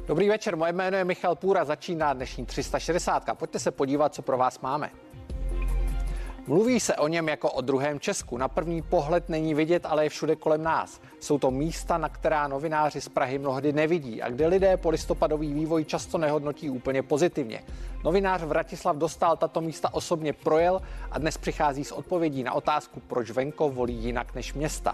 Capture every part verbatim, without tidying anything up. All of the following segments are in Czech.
Dobrý večer, moje jméno je Michal Půra, začíná dnešní tři sta šedesát. Pojďte se podívat, co pro vás máme. Mluví se o něm jako o druhém Česku. Na první pohled není vidět, ale je všude kolem nás. Jsou to místa, na která novináři z Prahy mnohdy nevidí a kde lidé po listopadový vývoj často nehodnotí úplně pozitivně. Novinář Vratislav Dostál tato místa osobně projel a dnes přichází s odpovědí na otázku, proč venkov volí jinak než města.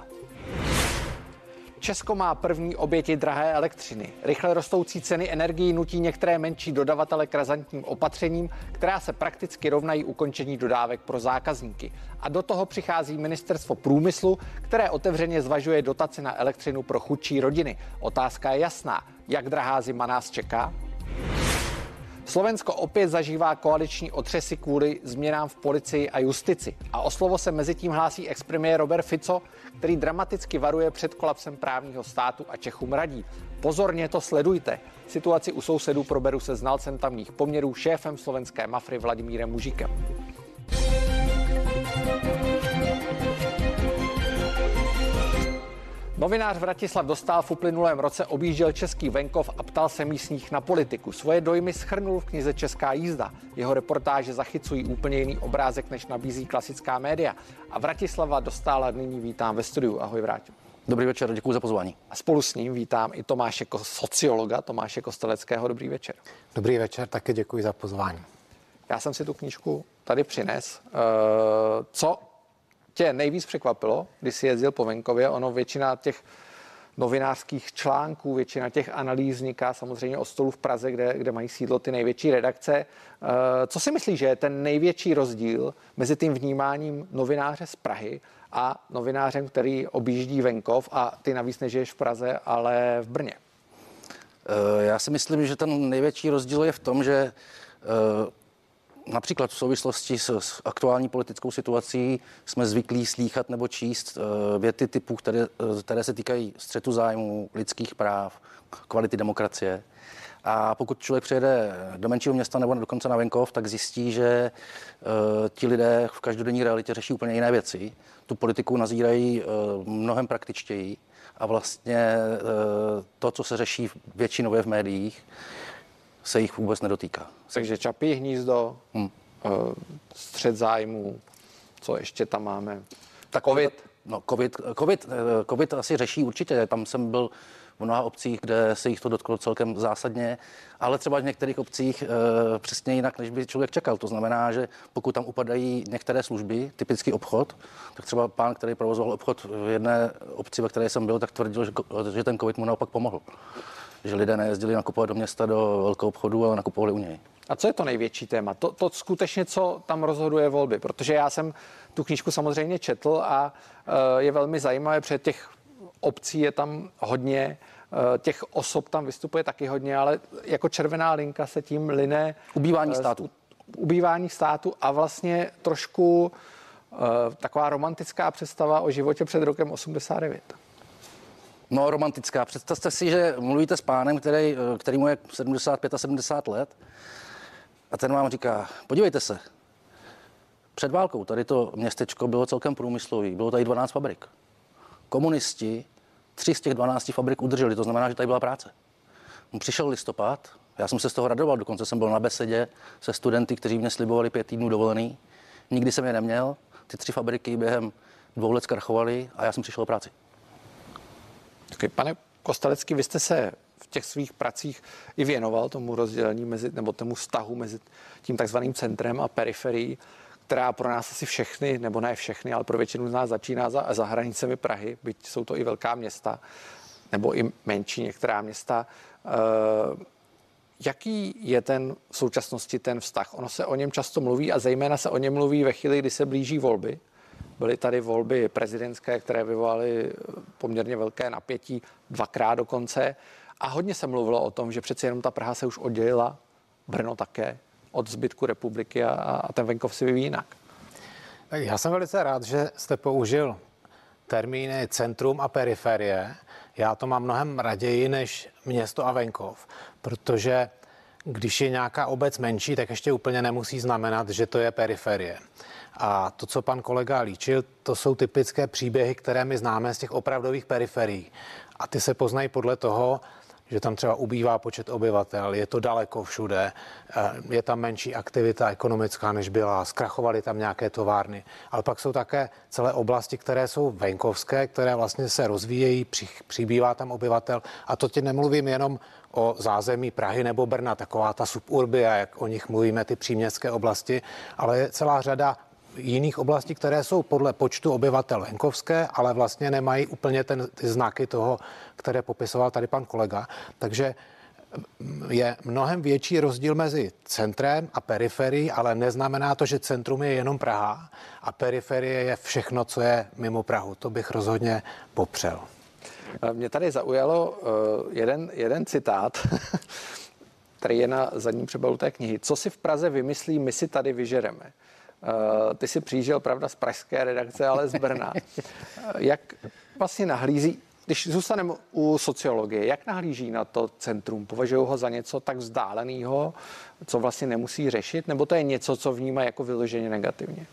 Česko má první oběti drahé elektřiny. Rychle rostoucí ceny energií nutí některé menší dodavatele k razantním opatřením, která se prakticky rovnají ukončení dodávek pro zákazníky. A do toho přichází Ministerstvo průmyslu, které otevřeně zvažuje dotaci na elektřinu pro chudší rodiny. Otázka je jasná. Jak drahá zima nás čeká? Slovensko opět zažívá koaliční otřesy kvůli změnám v policii a justici. A o slovo se mezitím hlásí expremiér Robert Fico, který dramaticky varuje před kolapsem právního státu a Čechům radí. Pozorně to sledujte. Situaci u sousedů proberu se znalcem tamních poměrů, šéfem slovenské Mafry Vladimírem Mužíkem. Novinář Vratislav Dostál v uplynulém roce objížděl český venkov a ptal se místních na politiku. Svoje dojmy shrnul v knize Česká jízda. Jeho reportáže zachycují úplně jiný obrázek, než nabízí klasická média. A Vratislava Dostála nyní vítám ve studiu. Ahoj, Vráťo. Dobrý večer, děkuji za pozvání. A spolu s ním vítám i Tomáše sociologa, Tomáše Kosteleckého. Dobrý večer. Dobrý večer, taky děkuji za pozvání. Já jsem si tu knížku tady přines. Uh, co tě nejvíc překvapilo, když jsi jezdil po venkově? Ono většina těch novinářských článků, většina těch analýz vzniká samozřejmě od stolu v Praze, kde, kde mají sídlo ty největší redakce. Co si myslíš, že je ten největší rozdíl mezi tím vnímáním novináře z Prahy a novinářem, který objíždí venkov, a ty navíc nežiješ v Praze, ale v Brně? Já si myslím, že ten největší rozdíl je v tom, že například v souvislosti s, s aktuální politickou situací jsme zvyklí slýchat nebo číst uh, věty typů, které, které se týkají střetu zájmů, lidských práv, kvality demokracie. A pokud člověk přijede do menšího města nebo dokonce na venkov, tak zjistí, že uh, ti lidé v každodenní realitě řeší úplně jiné věci. Tu politiku nazírají uh, mnohem praktičtěji a vlastně uh, to, co se řeší většinově v médiích, se jich vůbec nedotýká. Takže Čapí hnízdo, hmm. střet zájmů, co ještě tam máme? Tak COVID. No, COVID, COVID, COVID asi řeší určitě. Tam jsem byl v mnoha obcích, kde se jich to dotklo celkem zásadně, ale třeba v některých obcích e, přesně jinak, než by člověk čekal. To znamená, že pokud tam upadají některé služby, typický obchod, tak třeba pán, který provozoval obchod v jedné obci, ve které jsem byl, tak tvrdil, že, že ten COVID mu naopak pomohl. Že lidé nejezdili nakupovat do města, do velkého obchodu, ale nakupovali u něj. A co je to největší téma? To, to skutečně, co tam rozhoduje volby? Protože já jsem tu knížku samozřejmě četl a uh, je velmi zajímavé, protože těch obcí je tam hodně, uh, těch osob tam vystupuje taky hodně, ale jako červená linka se tím line ubývání uh, státu. Ubývání státu a vlastně trošku uh, taková romantická představa o životě před rokem osmdesát devět. No, romantická. Představte si, že mluvíte s pánem, který, který mu je sedmdesát pět a sedmdesát let a ten vám říká, podívejte se, před válkou tady to městečko bylo celkem průmyslový, bylo tady dvanáct fabrik. Komunisti tři z těch dvanácti fabrik udrželi, to znamená, že tady byla práce. Přišel listopad, já jsem se z toho radoval, dokonce jsem byl na besedě se studenty, kteří mě slibovali pět týdnů dovolený. Nikdy jsem je neměl, ty tři fabriky během dvou let zkrachovaly a já jsem přišel o práci. Okay, pane Kostelecký, vy jste se v těch svých pracích i věnoval tomu rozdělení mezi, nebo tomu vztahu mezi tím takzvaným centrem a periferií, která pro nás asi všechny, nebo ne všechny, ale pro většinu z nás začíná za, za hranicemi Prahy, byť jsou to i velká města, nebo i menší některá města. E, jaký je ten v současnosti ten vztah? Ono se o něm často mluví a zejména se o něm mluví ve chvíli, kdy se blíží volby. Byly tady volby prezidentské, které vyvolaly poměrně velké napětí, dvakrát dokonce. A hodně se mluvilo o tom, že přeci jenom ta Praha se už oddělila, Brno také, od zbytku republiky a, a ten venkov si vyvíjí jinak. Já jsem velice rád, že jste použil termíny centrum a periferie. Já to mám mnohem raději než město a venkov, protože když je nějaká obec menší, tak ještě úplně nemusí znamenat, že to je periferie. A to, co pan kolega líčil, to jsou typické příběhy, které my známe z těch opravdových periferií. A ty se poznají podle toho, že tam třeba ubývá počet obyvatel, je to daleko všude, je tam menší aktivita ekonomická, než byla, zkrachovaly tam nějaké továrny, ale pak jsou také celé oblasti, které jsou venkovské, které vlastně se rozvíjejí, při, přibývá tam obyvatel a to ti nemluvím jenom o zázemí Prahy nebo Brna, taková ta suburbia, jak o nich mluvíme, ty příměstské oblasti, ale je celá řada jiných oblastí, které jsou podle počtu obyvatel venkovské, ale vlastně nemají úplně ten, ty znaky toho, které popisoval tady pan kolega. Takže je mnohem větší rozdíl mezi centrem a periferií, ale neznamená to, že centrum je jenom Praha a periferie je všechno, co je mimo Prahu. To bych rozhodně popřel. Mě tady zaujalo jeden, jeden citát, který je na zadním přebalu té knihy. Co si v Praze vymyslí, my si tady vyžereme. Ty si přijížděl, pravda, z pražské redakce, ale z Brna. Jak vlastně nahlíží, když zůstaneme u sociologie, jak nahlíží na to centrum? Považují ho za něco tak vzdáleného, co vlastně nemusí řešit, nebo to je něco, co vnímá jako vyloženě negativně?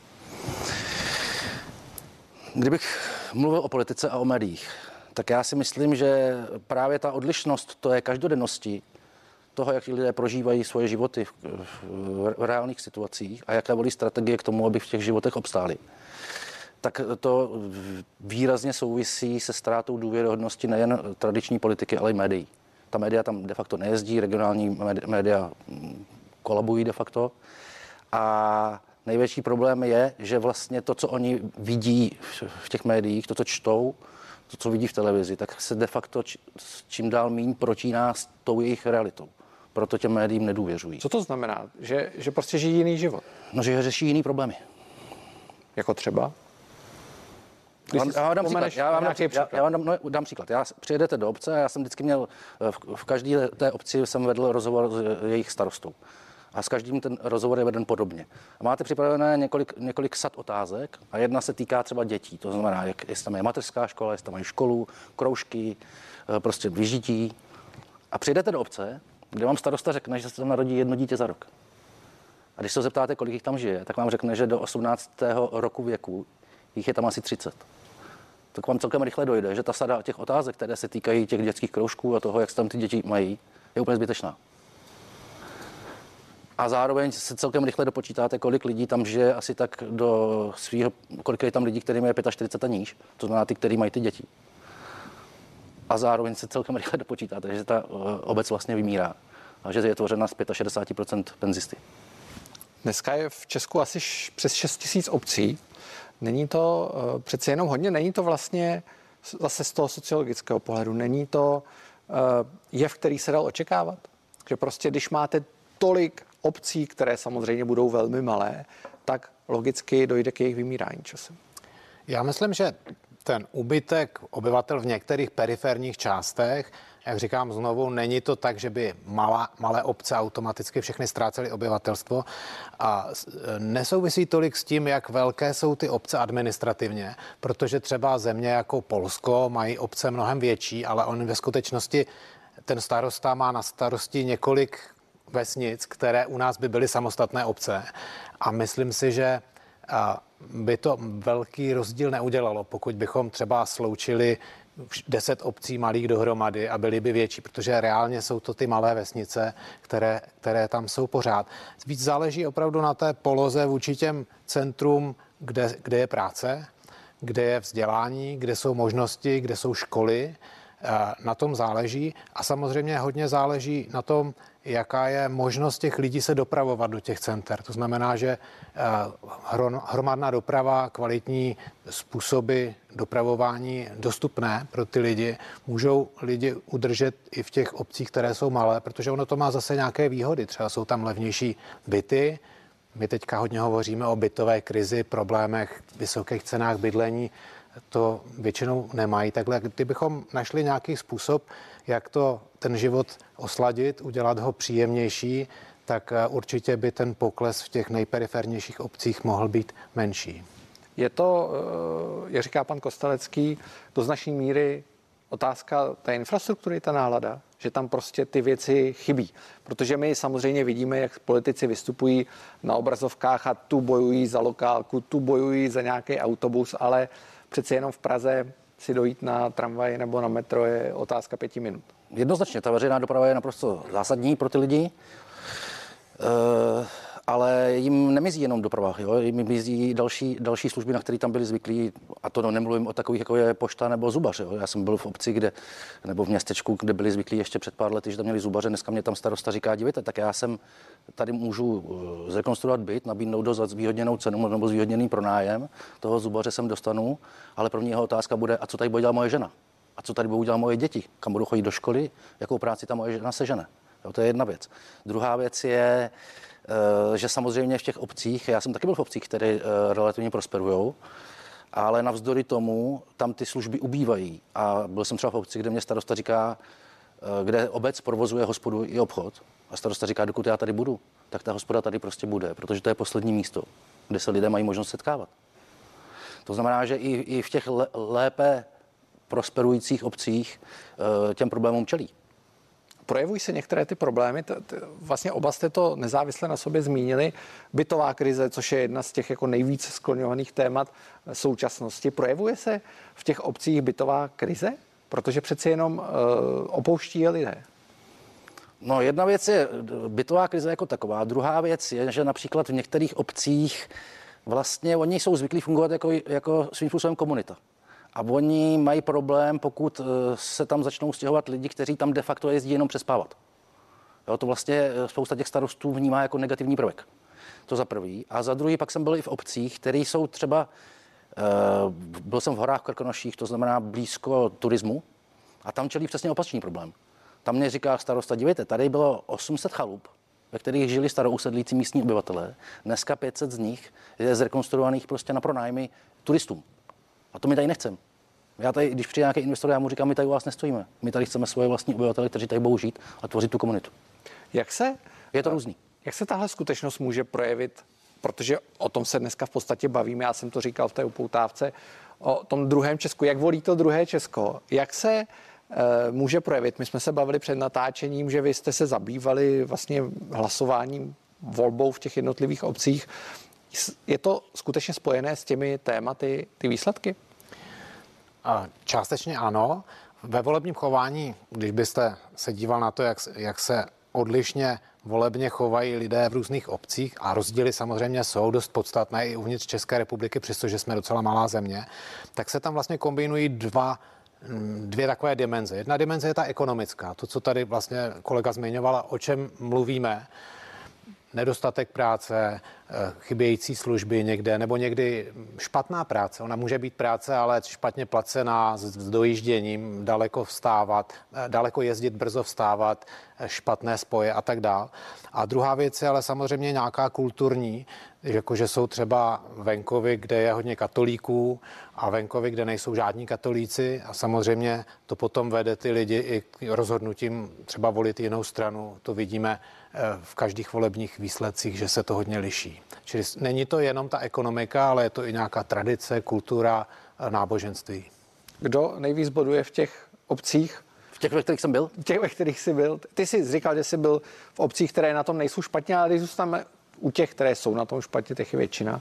Kdybych mluvil o politice a o médiích, tak já si myslím, že právě ta odlišnost, to je každodennosti, toho, jak lidé prožívají svoje životy v, v, v reálných situacích a jaké volí strategie k tomu, aby v těch životech obstáli, tak to výrazně souvisí se ztrátou důvěryhodnosti nejen tradiční politiky, ale i médií. Ta média tam de facto nejezdí, regionální média kolabují de facto a největší problém je, že vlastně to, co oni vidí v těch médiích, to, co čtou, to, co vidí v televizi, tak se de facto čím dál míň protíná s tou jejich realitou. Proto těm médiím nedůvěřují. Co to znamená? Že, že prostě žijí jiný život? No, že řeší jiný problémy. Jako třeba? Já, já vám dám příklad. Já vám dám, já, já vám dám, no, dám příklad. Já, přijedete do obce a já jsem vždycky měl, v, v každé té obci jsem vedl rozhovor s jejich starostou. A s každým ten rozhovor je veden podobně. A máte připravené několik, několik sad otázek a jedna se týká třeba dětí. To znamená, jak, jestli tam je mateřská škola, jestli tam mají školu, kroužky, prostě vyžití. A přijdete do obce, kde vám starosta řekne, že se tam narodí jedno dítě za rok. A když se zeptáte, kolik jich tam žije, tak vám řekne, že do osmnáctého roku věku jich je tam asi třicet. Tak vám celkem rychle dojde, že ta sada těch otázek, které se týkají těch dětských kroužků a toho, jak se tam ty děti mají, je úplně zbytečná. A zároveň se celkem rychle dopočítáte, kolik lidí tam žije asi tak do svého, kolik je tam lidí, kterým je čtyřicet pět a níž, to znamená ty, který mají ty děti. A zároveň se celkem rychle dopočítáte, že ta obec vlastně vymírá a že je tvořena z šedesát pět procent penzisty. Dneska je v Česku asi přes šest tisíc obcí. Není to uh, přece jenom hodně, není to vlastně zase z toho sociologického pohledu, není to uh, jev, který se dal očekávat? Že prostě když máte tolik obcí, které samozřejmě budou velmi malé, tak logicky dojde k jejich vymírání časem. Já myslím, že ten úbytek obyvatel v některých periferních částech, jak říkám znovu, není to tak, že by malá, malé obce automaticky všechny ztrácely obyvatelstvo a nesouvisí tolik s tím, jak velké jsou ty obce administrativně, protože třeba země jako Polsko mají obce mnohem větší, ale on ve skutečnosti ten starosta má na starosti několik vesnic, které u nás by byly samostatné obce a myslím si, že by to velký rozdíl neudělalo, pokud bychom třeba sloučili deset obcí malých dohromady a byly by větší, protože reálně jsou to ty malé vesnice, které, které tam jsou pořád. Víc záleží opravdu na té poloze vůči těm centrum, kde, kde je práce, kde je vzdělání, kde jsou možnosti, kde jsou školy. Na tom záleží a samozřejmě hodně záleží na tom, jaká je možnost těch lidí se dopravovat do těch center. To znamená, že hromadná doprava, kvalitní způsoby dopravování dostupné pro ty lidi, můžou lidi udržet i v těch obcích, které jsou malé, protože ono to má zase nějaké výhody. Třeba jsou tam levnější byty. My teďka hodně hovoříme o bytové krizi, problémech, vysokých cenách bydlení. To většinou nemají. Takhle, kdybychom našli nějaký způsob, jak to ten život osladit, udělat ho příjemnější, tak určitě by ten pokles v těch nejperifernějších obcích mohl být menší. Je to, jak říká pan Kostelecký, do značné míry otázka té infrastruktury, ta nálada, že tam prostě ty věci chybí. Protože my samozřejmě vidíme, jak politici vystupují na obrazovkách a tu bojují za lokálku, tu bojují za nějaký autobus, ale přece jenom v Praze si dojít na tramvaj nebo na metro je otázka pěti minut. Jednoznačně, ta veřejná doprava je naprosto zásadní pro ty lidi, e, ale jim nemizí jenom doprava, jo? Jim mizí další, další služby, na které tam byli zvyklí, a to nemluvím o takových, jako je pošta nebo zubař. Jo? Já jsem byl v obci, kde, nebo v městečku, kde byli zvyklí ještě před pár lety, že tam měli zubaře, dneska mě tam starosta říká, dívejte, tak já jsem tady můžu zrekonstruovat byt, nabídnout do za zvýhodněnou cenu nebo zvýhodněný pronájem, toho zubaře jsem dostanu, ale první jeho otázka bude, a co tady bude dělat moje žena? A co tady budou dělat moje děti? Kam budou chodit do školy? Jakou práci ta moje žena sežene? Jo, to je jedna věc. Druhá věc je, že samozřejmě v těch obcích, já jsem taky byl v obcích, které relativně prosperují, ale navzdory tomu tam ty služby ubývají. A byl jsem třeba v obci, kde mě starosta říká, kde obec provozuje hospodu i obchod. A starosta říká, dokud já tady budu, tak ta hospoda tady prostě bude, protože to je poslední místo, kde se lidé mají možnost setkávat. To znamená, že i, i v těch lépe prosperujících obcích těm problémům čelí. Projevují se některé ty problémy, t- t- vlastně oba jste to nezávisle na sobě zmínili, bytová krize, což je jedna z těch jako nejvíc skloňovaných témat současnosti. Projevuje se v těch obcích bytová krize? Protože přeci jenom uh, opouští je lidé. No, jedna věc je bytová krize jako taková, druhá věc je, že například v některých obcích vlastně oni jsou zvyklí fungovat jako, jako svým způsobem komunita. A oni mají problém, pokud se tam začnou stěhovat lidi, kteří tam de facto jezdí jenom přespávat. Jo, to vlastně spousta těch starostů vnímá jako negativní prvek. To za prvý. A za druhý pak jsem byl i v obcích, které jsou třeba, byl jsem v horách v Krkonoších, to znamená blízko turismu, a tam čelí přesně opačný problém. Tam mě říká starosta, dívejte, tady bylo osm set chalup, ve kterých žili starousedlící místní obyvatelé. Dneska pět set z nich je zrekonstruovaných prostě na pronájmy turistům. A to my tady nechceme. Já tady, když přijde nějaký investor, já mu říkám, my tady u vás nestojíme. My tady chceme svoje vlastní obyvatele, kteří tady budou žít a tvořit tu komunitu. Jak se? Je to různý. Jak se tahle skutečnost může projevit? Protože o tom se dneska v podstatě bavíme. Já jsem to říkal v té upoutávce o tom druhém Česku. Jak volí to druhé Česko? Jak se e, může projevit? My jsme se bavili před natáčením, že vy jste se zabývali vlastně hlasováním, volbou v těch jednotlivých obcích. Je to skutečně spojené s těmi tématy, ty výsledky? Částečně ano. Ve volebním chování, když byste se díval na to, jak, jak se odlišně volebně chovají lidé v různých obcích, a rozdíly samozřejmě jsou dost podstatné i uvnitř České republiky, přestože jsme docela malá země, tak se tam vlastně kombinují dva dvě takové dimenze. Jedna dimenze je ta ekonomická, to, co tady vlastně kolega zmiňovala, o čem mluvíme, nedostatek práce, chybějící služby někde, nebo někdy špatná práce. Ona může být práce, ale špatně placená, s dojížděním, daleko vstávat, daleko jezdit, brzo vstávat, špatné spoje a tak dál. A druhá věc je ale samozřejmě nějaká kulturní, jakože jsou třeba venkovy, kde je hodně katolíků, a venkovy, kde nejsou žádní katolíci, a samozřejmě to potom vede ty lidi i k rozhodnutím třeba volit jinou stranu. To vidíme v každých volebních výsledcích, že se to hodně liší. Čili není to jenom ta ekonomika, ale je to i nějaká tradice, kultura, náboženství. Kdo nejvíc boduje v těch obcích? V těch, ve kterých jsem byl? V těch, ve kterých jsi byl. Ty jsi říkal, že jsi byl v obcích, které na tom nejsou špatně, ale když zůstaneme u těch, které jsou na tom špatně, těch je většina.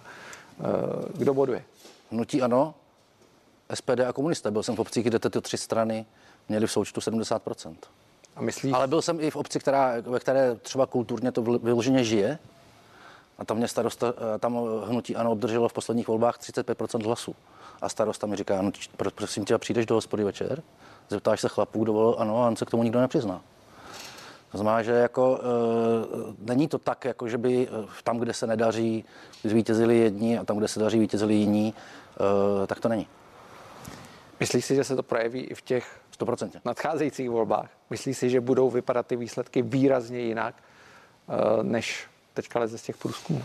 Kdo boduje? Hnutí ANO, S P D a komunisté. Byl jsem v obcích, kde tyto tři strany měly v součtu sedmdesát procent. A myslíš? Ale byl jsem i v obci, která, ve které třeba kulturně to vyloženě žije. A tam mě starosta, tam hnutí ANO obdrželo v posledních volbách třicet pět procent hlasů. A starosta mi říká, no, prosím tě, přijdeš do hospody večer, zeptáš se chlapů, kdo volil ANO, a on se k tomu nikdo nepřizná. To znamená, že jako, e, není to tak, jako že by tam, kde se nedaří, zvítězili jedni, a tam, kde se daří, vítězili jiní, e, tak to není. Myslíš si, že se to projeví i v těch sto procent nadcházejících volbách? Myslíš si, že budou vypadat ty výsledky výrazně jinak, e, než teďka leze z těch průzkumů?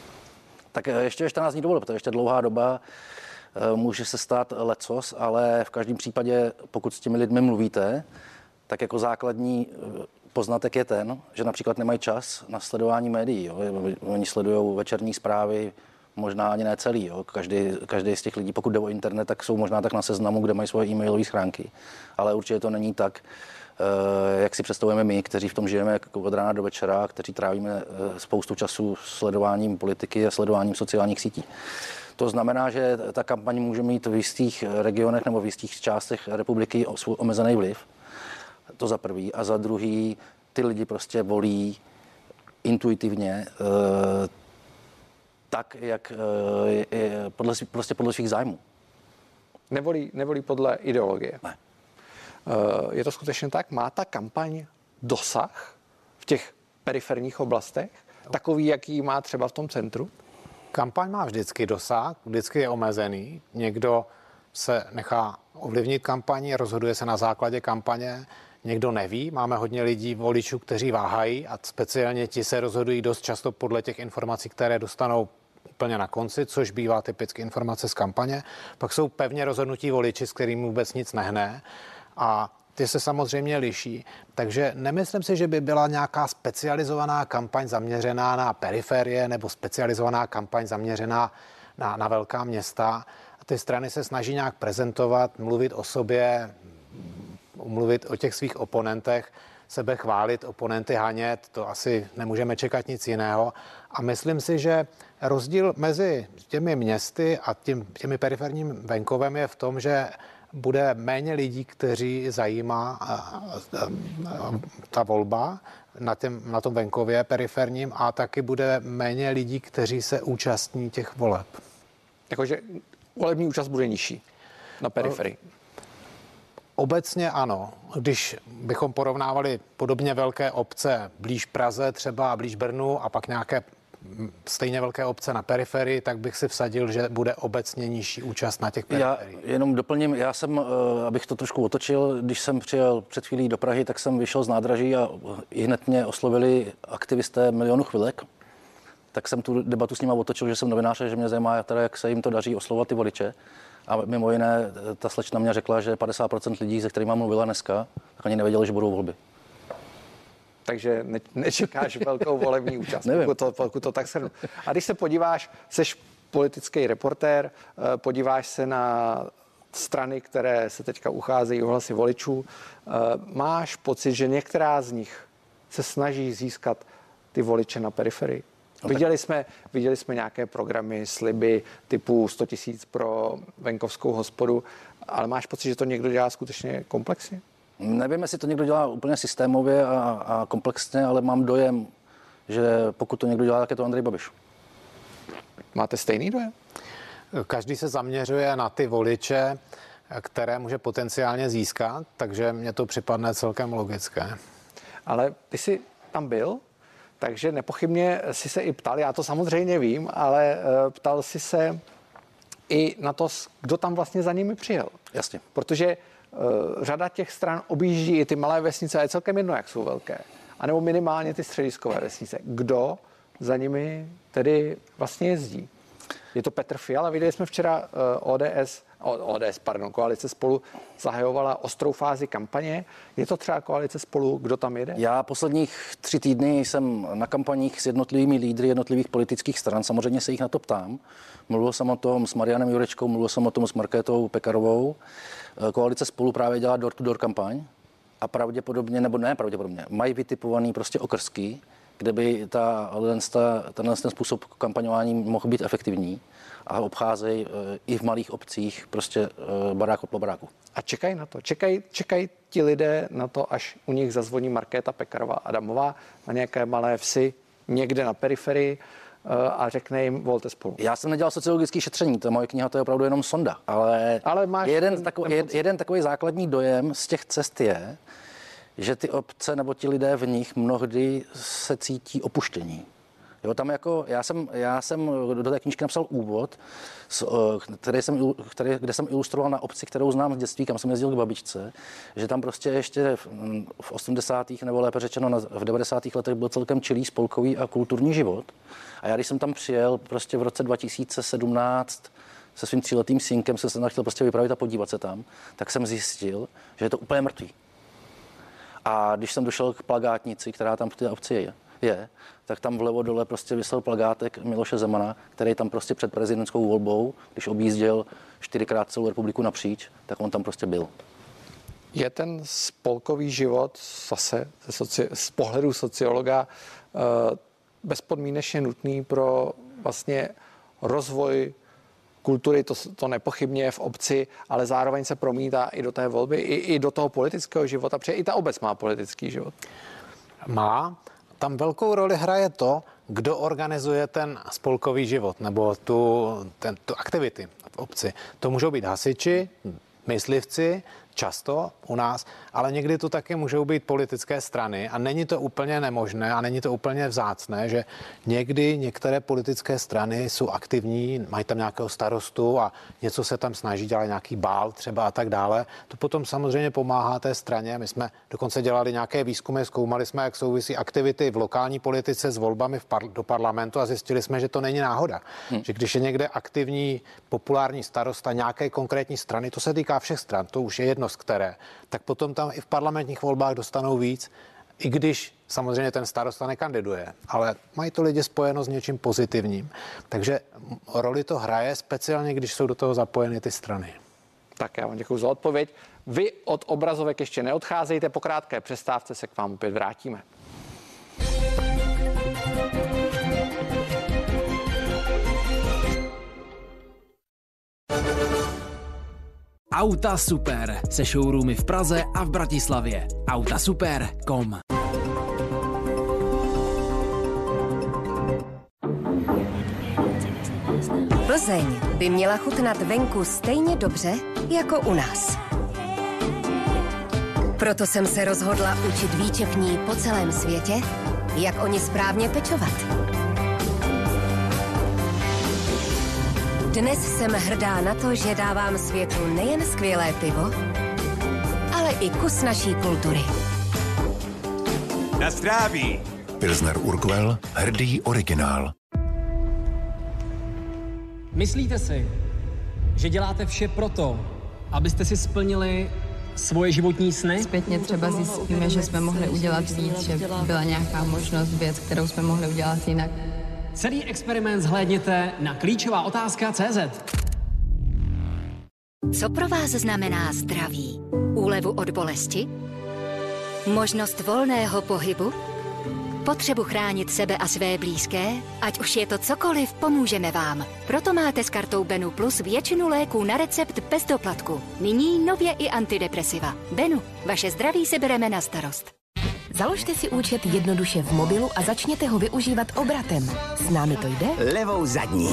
Tak ještě čtrnáct dní do voleb, to je ještě dlouhá doba, e, může se stát lecos, ale v každém případě, pokud s těmi lidmi mluvíte, tak jako základní poznatek je ten, že například nemají čas na sledování médií. Jo. Oni sledují večerní zprávy, možná ani ne celý. Jo. Každý, každý z těch lidí, pokud jde o internet, tak jsou možná tak na seznamu, kde mají svoje e-mailové schránky. Ale určitě to není tak, jak si představujeme my, kteří v tom žijeme od rána do večera, kteří trávíme spoustu času sledováním politiky a sledováním sociálních sítí. To znamená, že ta kampaň může mít v jistých regionech nebo v jistých částech republiky svůj omezený vliv. To za prvý. A za druhý, ty lidi prostě volí intuitivně tak, jak je, podle, prostě podle svých zájmů. Nevolí, nevolí podle ideologie. Ne. Je to skutečně tak? Má ta kampaň dosah v těch periferních oblastech? Takový, jaký má třeba v tom centru? Kampaň má vždycky dosah, vždycky je omezený. Někdo se nechá ovlivnit kampaní, rozhoduje se na základě kampaně, někdo neví. Máme hodně lidí, voličů, kteří váhají a speciálně ti se rozhodují dost často podle těch informací, které dostanou úplně na konci, což bývá typicky informace z kampaně. Pak jsou pevně rozhodnutí voliči, s kterým vůbec nic nehne a ty se samozřejmě liší. Takže nemyslím si, že by byla nějaká specializovaná kampaň zaměřená na periferie nebo specializovaná kampaň zaměřená na, na velká města. A ty strany se snaží nějak prezentovat, mluvit o sobě, mluvit o těch svých oponentech, sebe chválit, oponenty hanět, to asi nemůžeme čekat nic jiného. A myslím si, že rozdíl mezi těmi městy a tím, těmi periferním venkovem je v tom, že bude méně lidí, kteří zajímá ta volba na, těm, na tom venkově periferním a taky bude méně lidí, kteří se účastní těch voleb. Jakože volební účast bude nižší na periferii. Obecně ano. Když bychom porovnávali podobně velké obce blíž Praze třeba a blíž Brnu a pak nějaké stejně velké obce na periferii, tak bych si vsadil, že bude obecně nižší účast na těch periferiích. Já jenom doplním, já jsem, abych to trošku otočil, když jsem přijel před chvílí do Prahy, tak jsem vyšel z nádraží a hned mě oslovili aktivisté Milionu chvilek. Tak jsem tu debatu s nimi otočil, že jsem novinář, že mě zajímá, teda, jak se jim to daří oslovovat ty voliče. A mimo jiné, ta slečna mě řekla, že padesát procent lidí, se kterými mluvila dneska, tak ani nevěděli, že budou volby. Takže ne, nečekáš velkou volební účast, pokud to, pokud to tak shrnu. A když se podíváš, seš politický reportér, podíváš se na strany, které se teďka ucházejí o hlasy voličů, máš pocit, že některá z nich se snaží získat ty voliče na periferii? No, viděli, jsme, viděli jsme nějaké programy, sliby typu sto tisíc pro venkovskou hospodu, ale máš pocit, že to někdo dělá skutečně komplexně? Nevím, jestli to někdo dělá úplně systémově a, a komplexně, ale mám dojem, že pokud to někdo dělá, tak je to Andrej Babiš. Máte stejný dojem? Každý se zaměřuje na ty voliče, které může potenciálně získat, takže mně to připadne celkem logické. Ale ty jsi tam byl, takže nepochybně si se i ptal, já to samozřejmě vím, ale ptal si se i na to, kdo tam vlastně za nimi přijel. Jasně. Protože uh, řada těch stran objíždí i ty malé vesnice a je celkem jedno, jak jsou velké. A nebo minimálně ty střediskové vesnice. Kdo za nimi tedy vlastně jezdí? Je to Petr Fiala, viděli jsme včera uh, O D S, O D S, pardon, koalice Spolu zahajovala ostrou fázi kampaně. Je to třeba koalice Spolu, kdo tam jede? Já posledních tři týdny jsem na kampaních s jednotlivými lídry jednotlivých politických stran, samozřejmě se jich na to ptám. Mluvil jsem o tom s Marianem Jurečkou, mluvil jsem o tom s Markétou Pekarovou. Koalice Spolu právě dělá door-to-door kampaň a pravděpodobně, nebo ne pravděpodobně, mají vytipovaný prostě okrsky, kde by ta, tenhle ten způsob kampaňování mohl být efektivní a obcházejí i v malých obcích prostě barák od baráku. A čekají na to. Čekají, čekají ti lidé na to, až u nich zazvoní Markéta Pekarová Adamová na nějaké malé vsi někde na periferii a řekne jim, volte Spolu. Já jsem nedělal sociologické šetření, ta moje kniha to je opravdu jenom sonda, ale, ale máš jeden, ten, takový, ten jeden takový základní dojem z těch cest je, že ty obce nebo ti lidé v nich mnohdy se cítí opuštění. Jo, tam jako, já jsem, já jsem do té knížky napsal úvod, který jsem, který, kde jsem ilustroval na obci, kterou znám z dětství, kam jsem jezdil k babičce, že tam prostě ještě v, v osmdesátých nebo lépe řečeno na, v devadesátých letech byl celkem čilý spolkový a kulturní život. A já, když jsem tam přijel prostě v roce dva tisíce sedmnáct se svým tříletým synkem, se jsem chtěl prostě vypravit a podívat se tam, tak jsem zjistil, že je to úplně mrtvý. A když jsem došel k plakátnici, která tam v té obci je, je, tak tam vlevo dole prostě visel plakátek Miloše Zemana, který tam prostě před prezidentskou volbou, když objížděl čtyřikrát celou republiku napříč, tak on tam prostě byl. Je ten spolkový život zase ze soci, z pohledu sociologa bezpodmínečně nutný pro vlastně rozvoj kultury, to, to nepochybně je v obci, ale zároveň se promítá i do té volby, i, i do toho politického života, protože i ta obec má politický život. Má. Tam velkou roli hraje to, kdo organizuje ten spolkový život nebo tu, ten, tu aktivity v obci. To můžou být hasiči, myslivci, často u nás, ale někdy to taky můžou být politické strany a není to úplně nemožné a není to úplně vzácné, že někdy některé politické strany jsou aktivní, mají tam nějakého starostu a něco se tam snaží, dělat nějaký bál třeba a tak dále. To potom samozřejmě pomáhá té straně. My jsme dokonce dělali nějaké výzkumy, zkoumali jsme, jak souvisí aktivity v lokální politice s volbami v par- do parlamentu a zjistili jsme, že to není náhoda. Hmm. Že když je někde aktivní populární starosta nějaké konkrétní strany, to se týká všech stran, to už je jedno z které, tak potom tam i v parlamentních volbách dostanou víc, i když samozřejmě ten starosta nekandiduje, ale mají to lidi spojeno s něčím pozitivním. Takže roli to hraje, speciálně když jsou do toho zapojeny ty strany. Tak já vám děkuji za odpověď. Vy od obrazovek ještě neodcházejte, po krátké přestávce se k vám opět vrátíme. Auta Super se showroomy v Praze a v Bratislavě. Autasuper tečka com. Plzeň by měla chutnat venku stejně dobře jako u nás. Proto jsem se rozhodla učit výčepní po celém světě, jak oni správně pečovat. Dnes jsem hrdá na to, že dávám světu nejen skvělé pivo, ale i kus naší kultury. Na zdraví! Pilsner Urquell, hrdý originál. Myslíte si, že děláte vše proto, abyste si splnili svoje životní sny? Zpětně třeba zjistíme, že jsme mohli udělat víc, že byla nějaká možnost, věc, kterou jsme mohli udělat jinak. Celý experiment zhlédněte na klíčová otázka tečka cé zet. Co pro vás znamená zdraví? Úlevu od bolesti? Možnost volného pohybu? Potřebu chránit sebe a své blízké? Ať už je to cokoliv, pomůžeme vám. Proto máte s kartou Benu Plus většinu léků na recept bez doplatku. Nyní nově i antidepresiva. Benu, vaše zdraví si bereme na starost. Založte si účet jednoduše v mobilu a začněte ho využívat obratem. S námi to jde? Levou zadní.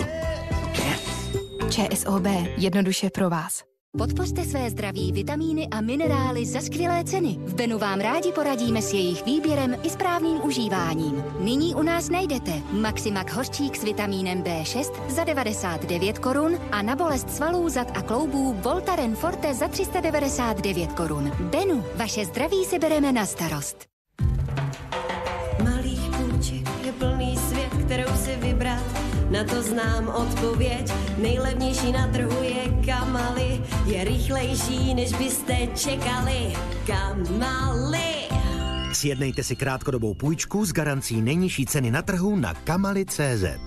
ČSOB. Jednoduše pro vás. Podpořte své zdraví vitamíny a minerály za skvělé ceny. V Benu vám rádi poradíme s jejich výběrem i správným užíváním. Nyní u nás najdete Maximax hořčík s vitamínem bé šest za devadesát devět korun a na bolest svalů, zad a kloubů Voltaren Forte za tři sta devadesát devět korun. Benu, vaše zdraví si bereme na starost. Malých půjček je plný svět, kterou si vybrat. Na to znám odpověď. Nejlevnější na trhu je Kamaly. Je rychlejší, než byste čekali. Kamaly. Sjednejte si krátkodobou půjčku s garancí nejnižší ceny na trhu na kamaly tečka cé zet.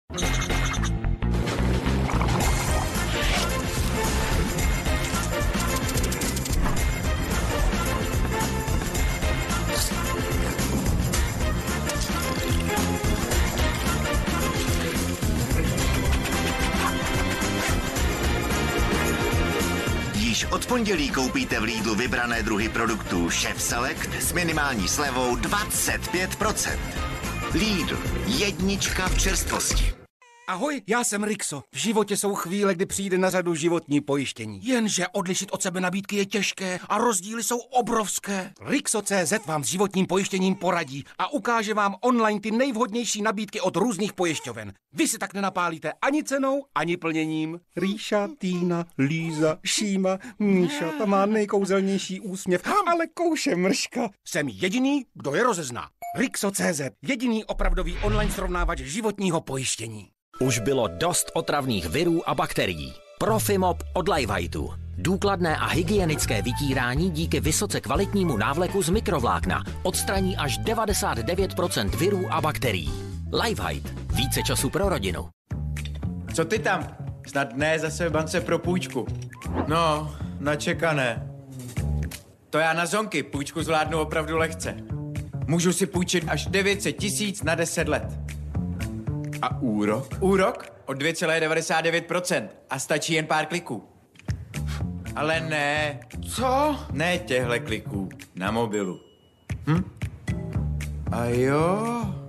Od pondělí koupíte v Lidlu vybrané druhy produktů Chef Select s minimální slevou dvacet pět procent. Lidl, jednička v čerstvosti. Ahoj, já jsem Rixo. V životě jsou chvíle, kdy přijde na řadu životní pojištění. Jenže odlišit od sebe nabídky je těžké a rozdíly jsou obrovské. Rixo tečka cé zet vám s životním pojištěním poradí a ukáže vám online ty nejvhodnější nabídky od různých pojišťoven. Vy si tak nenapálíte ani cenou, ani plněním. Ríša, Týna, Líza, Šíma, Míša, ta má nejkouzelnější úsměv, ale kouše mrška. Jsem jediný, kdo je rozezná. Rixo tečka cé zet, jediný opravdový online srovnávač životního pojištění. Už bylo dost otravných virů a bakterií. Profimop od Lifehightu. Důkladné a hygienické vytírání díky vysoce kvalitnímu návleku z mikrovlákna odstraní až devadesát devět procent virů a bakterií. Lifehight. Více času pro rodinu. Co ty tam? Snad ne zase v bance pro půjčku. No, načekané. To já na zonky půjčku zvládnu opravdu lehce. Můžu si půjčit až devět set tisíc na deset let. A úrok? Úrok? o dvě celá devadesát devět procent a stačí jen pár kliků. Ale ne. Co? Ne těhle kliků na mobilu. Hm? A jo?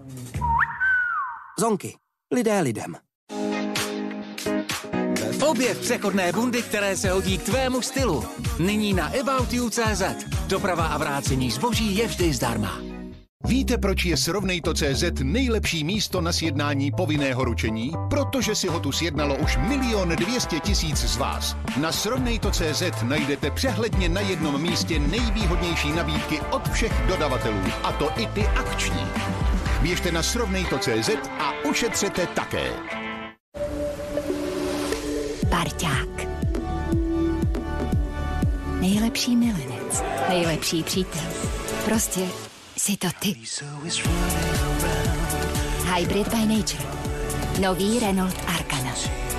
Zonky. Lidé lidem. Objev přechodné bundy, které se hodí k tvému stylu. Nyní na about you tečka cé zet. Doprava a vrácení zboží je vždy zdarma. Víte, proč je Srovnejto tečka cé zet nejlepší místo na sjednání povinného ručení? Protože si ho tu sjednalo už milion dvě stě tisíc z vás. Na Srovnejto tečka cé zet najdete přehledně na jednom místě nejvýhodnější nabídky od všech dodavatelů, a to i ty akční. Běžte na Srovnejto tečka cé zet a ušetřete také. Parťák. Nejlepší milenec. Nejlepší přítel. Prostě jsi to ty. Hybrid by Nature. Nový Renault Arkana.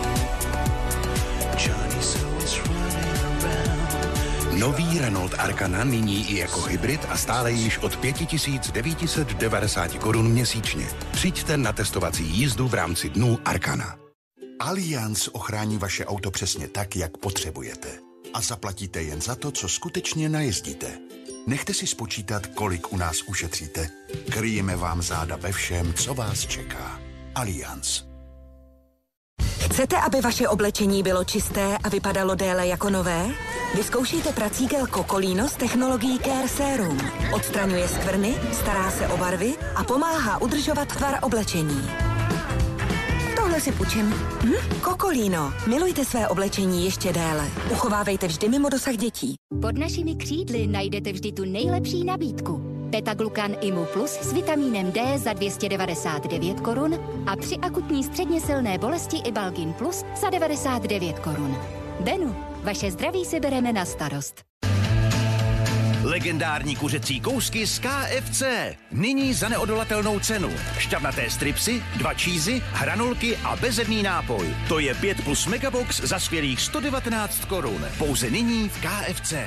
Nový Renault Arkana nyní i jako hybrid a stále již od pět tisíc devět set devadesát korun měsíčně. Přijďte na testovací jízdu v rámci dnů Arkana. Allianz ochrání vaše auto přesně tak, jak potřebujete. A zaplatíte jen za to, co skutečně najezdíte. Nechte si spočítat, kolik u nás ušetříte. Kryjeme vám záda ve všem, co vás čeká. Allianz. Chcete, aby vaše oblečení bylo čisté a vypadalo déle jako nové? Vyzkoušejte prací gel Cocolino s technologií Care Serum. Odstraňuje skvrny, stará se o barvy a pomáhá udržovat tvar oblečení. Tohle si půjčím. Hm? Cocolino. Milujte své oblečení ještě déle. Uchovávejte vždy mimo dosah dětí. Pod našimi křídly najdete vždy tu nejlepší nabídku. Beta-glucan Imu Plus s vitamínem D za dvě stě devadesát devět korun a při akutní středně silné bolesti Ibalgin Plus za devadesát devět korun. Benu, vaše zdraví si bereme na starost. Legendární kuřecí kousky z K F C. Nyní za neodolatelnou cenu. Šťavnaté stripsy, dva čízy, hranolky a bezedný nápoj. To je pět plus megabox za skvělých sto devatenáct korun. Pouze nyní v K F C.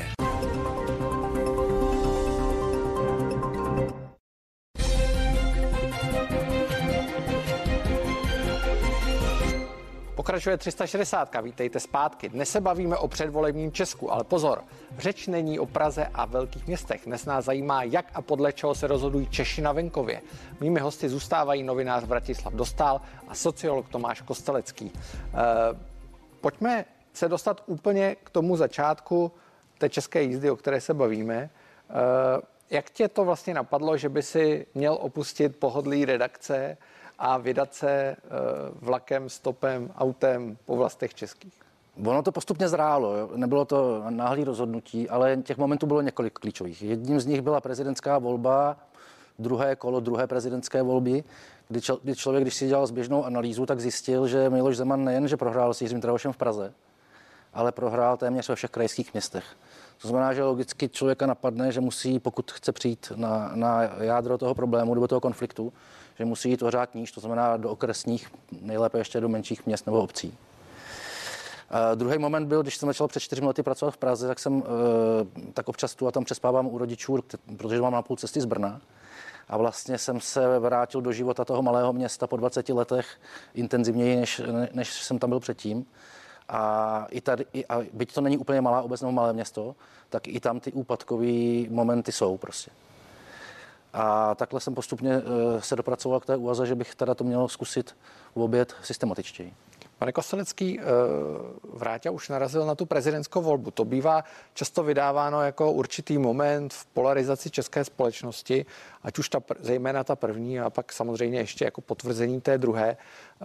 Pokračuje tři sta šedesát. Vítejte zpátky. Dnes se bavíme o předvolebním Česku, ale pozor, řeč není o Praze a velkých městech. Dnes nás zajímá, jak a podle čeho se rozhodují Češi na venkově. Mými hosty zůstávají novinář Vratislav Dostál a sociolog Tomáš Kostelecký. E, pojďme se dostat úplně k tomu začátku té české jízdy, o které se bavíme. E, jak tě to vlastně napadlo, že by si měl opustit pohodlí redakce a vydat se vlakem, stopem, autem po vlastech českých? Ono to postupně zrálo, jo. Nebylo to náhlé rozhodnutí, ale těch momentů bylo několik klíčových. Jedním z nich byla prezidentská volba, druhé kolo druhé prezidentské volby, kdy, čel, kdy člověk, když si dělal zběžnou analýzu, tak zjistil, že Miloš Zeman nejen, že prohrál s Jiřím Drahošem v Praze, ale prohrál téměř ve všech krajských městech. To znamená, že logicky člověka napadne, že musí, pokud chce přijít na, na jádro toho problému nebo toho konfliktu, že musí jít o řád níž, to znamená do okresních, nejlépe ještě do menších měst nebo obcí. Uh, druhý moment byl, když jsem začal před čtyřmi lety pracovat v Praze, tak jsem uh, tak občas tu a tam přespávám u rodičů, protože mám na půl cesty z Brna. A vlastně jsem se vrátil do života toho malého města po dvaceti letech intenzivněji, než, než jsem tam byl předtím. A i tady, i, a byť to není úplně malá obec nebo malé město, tak i tam ty úpadkové momenty jsou prostě. A takhle jsem postupně uh, se dopracoval k té úvaze, že bych teda to měl zkusit obět systematičtěji. Pane Kostelecký, Vráťa už narazil na tu prezidentskou volbu. To bývá často vydáváno jako určitý moment v polarizaci české společnosti, ať už ta, zejména ta první a pak samozřejmě ještě jako potvrzení té druhé.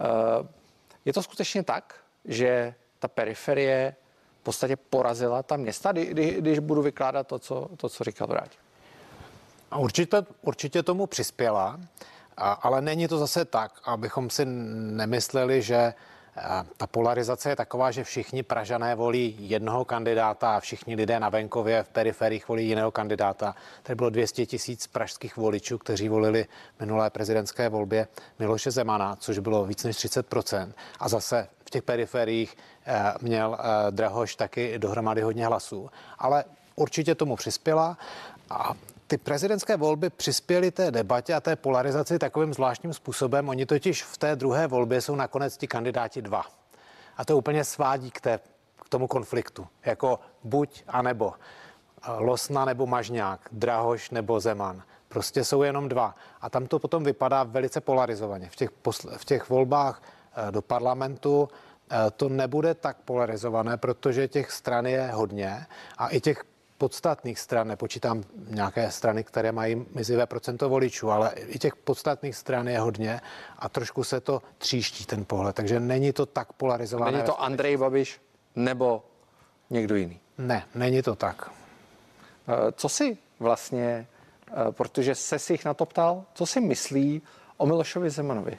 Je to skutečně tak, že ta periferie v podstatě porazila ta města, když budu vykládat to, co, to, co říkal Vráťa? Určitě, určitě tomu přispěla, ale není to zase tak, abychom si nemysleli, že ta polarizace je taková, že všichni Pražané volí jednoho kandidáta a všichni lidé na venkově v periferiích volí jiného kandidáta. Tady bylo dvě stě tisíc pražských voličů, kteří volili v minulé prezidentské volbě Miloše Zemana, což bylo víc než třicet procent. A zase v těch periferiích měl Drahoš taky dohromady hodně hlasů. Ale určitě tomu přispěla a ty prezidentské volby přispěly té debatě a té polarizaci takovým zvláštním způsobem. Oni totiž v té druhé volbě jsou nakonec ti kandidáti dva. A to úplně svádí k, té, k tomu konfliktu. Jako buď a nebo. Losna nebo Mažňák, Drahoš nebo Zeman. Prostě jsou jenom dva. A tam to potom vypadá velice polarizovaně. V těch, posl- v těch volbách e, do parlamentu e, to nebude tak polarizované, protože těch stran je hodně a i těch podstatných stran, nepočítám nějaké strany, které mají mizivé procento voličů, ale i těch podstatných stran je hodně a trošku se to tříští ten pohled, takže není to tak polarizované. Není to Andrej Babiš nebo někdo jiný? Ne, není to tak. Co si vlastně, protože se si jich na to ptal, co si myslí o Milošovi Zemanovi?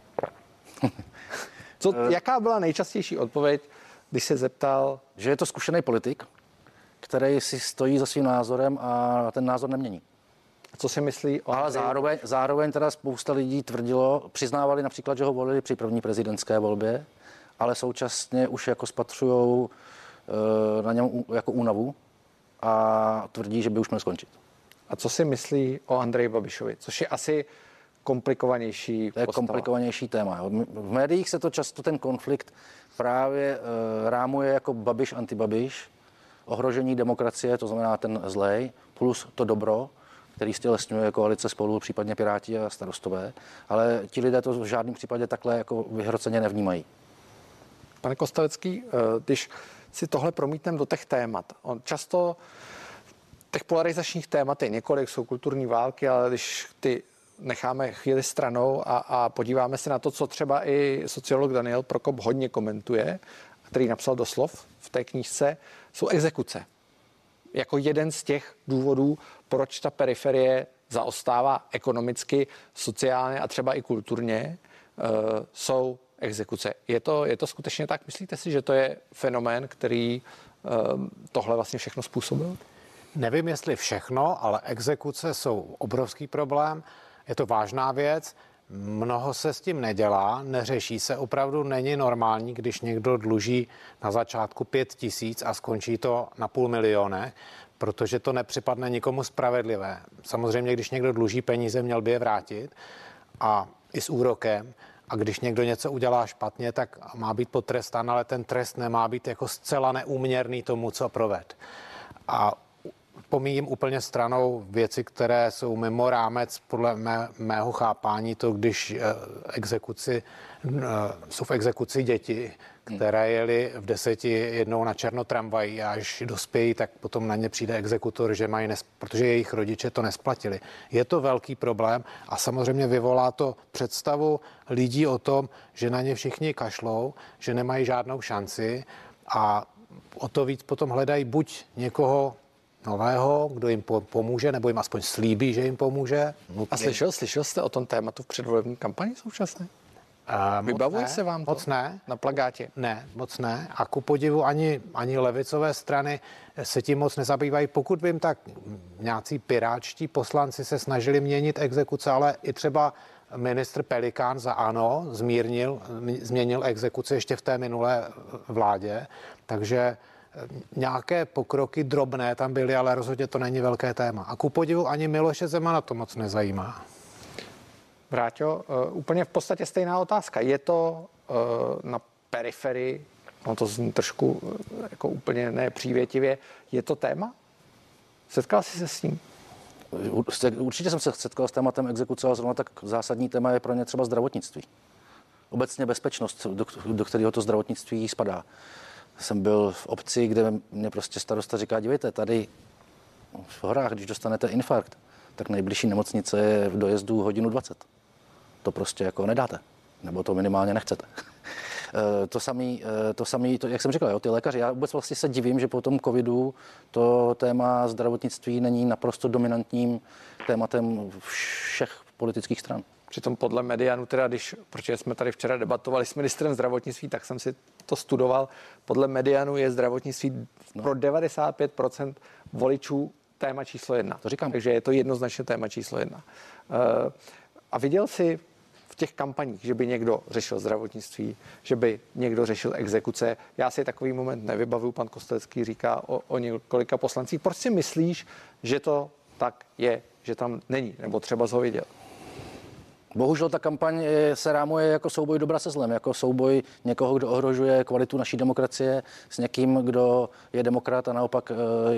Co, jaká byla nejčastější odpověď, když se zeptal? Že je to zkušený politik, který si stojí za svým názorem a ten názor nemění. Co si myslí o... Ale zároveň, zároveň teda spousta lidí tvrdilo, přiznávali například, že ho volili při první prezidentské volbě, ale současně už jako spatřujou e, na něm jako únavu a tvrdí, že by už měl skončit. A co si myslí o Andreji Babišovi, což je asi komplikovanější To je postava. komplikovanější téma. Jo. V médiích se to často ten konflikt právě e, rámuje jako Babiš anti-Babiš, ohrožení demokracie, to znamená ten zlej, plus to dobro, který stělesňuje koalice Spolu, případně Piráti a Starostové, ale ti lidé to v žádném případě takhle jako vyhroceně nevnímají. Pane Kostelecký, když si tohle promítneme do těch témat, on často těch polarizačních témat je několik, jsou kulturní války, ale když ty necháme chvíli stranou a, a podíváme se na to, co třeba i sociolog Daniel Prokop hodně komentuje, který napsal doslov v té knížce, jsou exekuce. Jako jeden z těch důvodů, proč ta periferie zaostává ekonomicky, sociálně a třeba i kulturně, uh, jsou exekuce. Je to, je to skutečně tak? Myslíte si, že to je fenomén, který uh, tohle vlastně všechno způsobil? Nevím, jestli všechno, ale exekuce jsou obrovský problém. Je to vážná věc. Mnoho se s tím nedělá, neřeší se. Opravdu není normální, když někdo dluží na začátku pět tisíc a skončí to na půl milione, protože to nepřipadne nikomu spravedlivé. Samozřejmě, když někdo dluží peníze, měl by je vrátit a i s úrokem. A když někdo něco udělá špatně, tak má být potrestán, ale ten trest nemá být jako zcela neúměrný tomu, co proved. A pomíjím úplně stranou věci, které jsou mimo rámec podle mé, mého chápání, to když exekuci, jsou v exekuci děti, které jeli v deseti jednou na černo tramvají a až dospějí, tak potom na ně přijde exekutor, že mají nes, protože jejich rodiče to nesplatili. Je to velký problém a samozřejmě vyvolá to představu lidí o tom, že na ně všichni kašlou, že nemají žádnou šanci a o to víc potom hledají buď někoho nového, kdo jim pomůže, nebo jim aspoň slíbí, že jim pomůže. A slyšel, slyšel jste o tom tématu v předvolební kampani současné? Uh, Vybavuje ne, se vám to? Moc ne. Na plakátě? Ne, moc ne. A ku podivu ani, ani levicové strany se tím moc nezabývají. Pokud vím, tak nějací piráčtí poslanci se snažili měnit exekuce, ale i třeba ministr Pelikán za ANO zmírnil, změnil exekuce ještě v té minulé vládě. Takže nějaké pokroky drobné tam byly, ale rozhodně to není velké téma. A ku podivu ani Miloše Zemana to moc nezajímá. Vráťo, uh, úplně v podstatě stejná otázka. Je to uh, na periferii, no to zní trošku uh, jako úplně nepřívětivě, je to téma? Setkal jsi se s tím? Určitě jsem se setkal s tématem exekuce, ale zrovna tak zásadní téma je pro ně třeba zdravotnictví. Obecně bezpečnost, do, do kterého to zdravotnictví spadá. Jsem byl v obci, kde mě prostě starosta říká, dívejte, tady v horách, když dostanete infarkt, tak nejbližší nemocnice je v dojezdu hodinu dvacet. To prostě jako nedáte, nebo to minimálně nechcete. To samý, to samý, to, jak jsem říkal, jo, ty lékaři, já vůbec vlastně se divím, že po tom covidu to téma zdravotnictví není naprosto dominantním tématem všech politických stran. Přitom podle Medianu, teda když, protože jsme tady včera debatovali s ministrem zdravotnictví, tak jsem si to studoval, podle Medianu je zdravotnictví no. pro devadesát pět procent voličů téma číslo jedna. To říkám. Takže je to jednoznačně téma číslo jedna. Uh, a viděl jsi v těch kampaních, že by někdo řešil zdravotnictví, že by někdo řešil exekuce. Já si takový moment nevybavuju, pan Kostelecký říká o, o několika poslancích. Proč si myslíš, že to tak je, že tam není, nebo třeba ho viděl? Bohužel ta kampaň se rámuje jako souboj dobra se zlem, jako souboj někoho, kdo ohrožuje kvalitu naší demokracie s někým, kdo je demokrat a naopak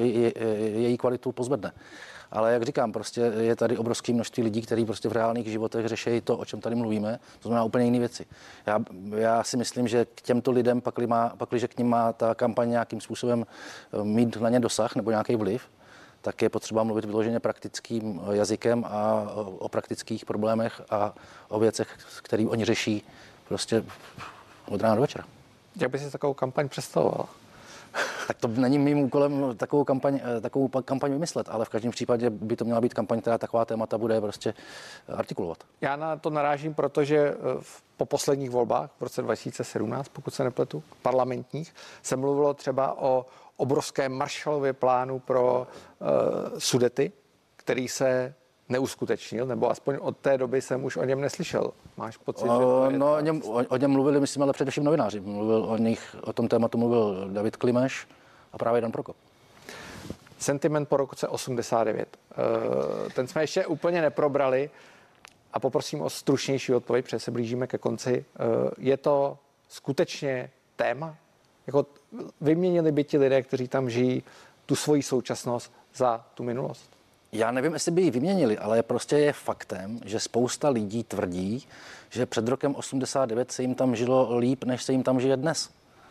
její kvalitu pozvedne. Ale jak říkám, prostě je tady obrovské množství lidí, kteří prostě v reálných životech řeší to, o čem tady mluvíme, to znamená úplně jiné věci. Já, já si myslím, že k těmto lidem, pakli, má, pakli, že k nim má ta kampaň nějakým způsobem mít na ně dosah nebo nějaký vliv, tak je potřeba mluvit vyloženě praktickým jazykem a o praktických problémech a o věcech, které oni řeší prostě od rána do večera. Jak by si takovou kampaň představoval? Tak to není mým úkolem takovou kampaň, takovou kampaň vymyslet, ale v každém případě by to měla být kampaň, která taková témata bude prostě artikulovat. Já na to narážím, protože po posledních volbách v roce dva tisíce sedmnáct, pokud se nepletu, parlamentních, se mluvilo třeba o obrovském Marshallově plánu pro uh, Sudety, který se neuskutečnil, nebo aspoň od té doby jsem už o něm neslyšel. Máš pocit, o, že to je... No, o něm, o, o něm mluvili, myslím, ale především novináři. Mluvil o nich, o tom tématu mluvil David Klimeš a právě Dan Prokop. Sentiment po roce osmdesát devět. Uh, ten jsme ještě úplně neprobrali a poprosím o stručnější odpověď, protože se blížíme ke konci. Uh, je to skutečně téma? Jako vyměnili by ti lidé, kteří tam žijí, tu svoji současnost za tu minulost? Já nevím, jestli by ji vyměnili, ale prostě je faktem, že spousta lidí tvrdí, že před rokem osmdesát devět se jim tam žilo líp, než se jim tam žije dnes.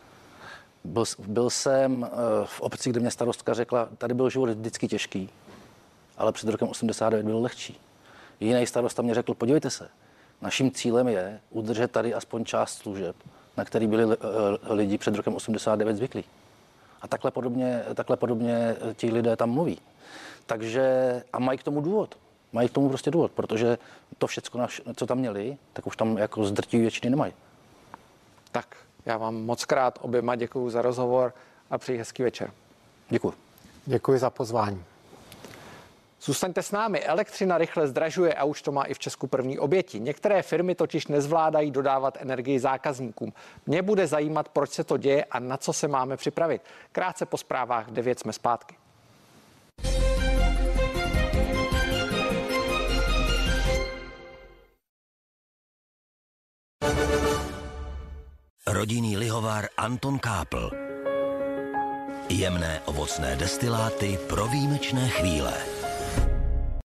Byl, byl jsem v obci, kde mě starostka řekla, tady byl život vždycky těžký, ale před rokem osmdesát devět byl lehčí. Jiný starosta mě řekl, podívejte se, naším cílem je udržet tady aspoň část služeb, na který byli lidi před rokem osmdesát devět zvyklí. A takhle podobně, takhle podobně ti lidé tam mluví. Takže, a mají k tomu důvod. Mají k tomu prostě důvod, protože to všecko, co tam měli, tak už tam jako z drtivé většiny nemají. Tak, já vám moc krát oběma děkuju za rozhovor a přeji hezký večer. Děkuji. Děkuji za pozvání. Zůstaňte s námi. Elektřina rychle zdražuje a už to má i v Česku první oběti. Některé firmy totiž nezvládají dodávat energii zákazníkům. Mě bude zajímat, proč se to děje a na co se máme připravit. Krátce po zprávách v devět jsme zpátky. Rodinný lihovar Anton Kápl. Jemné ovocné destiláty pro výjimečné chvíle.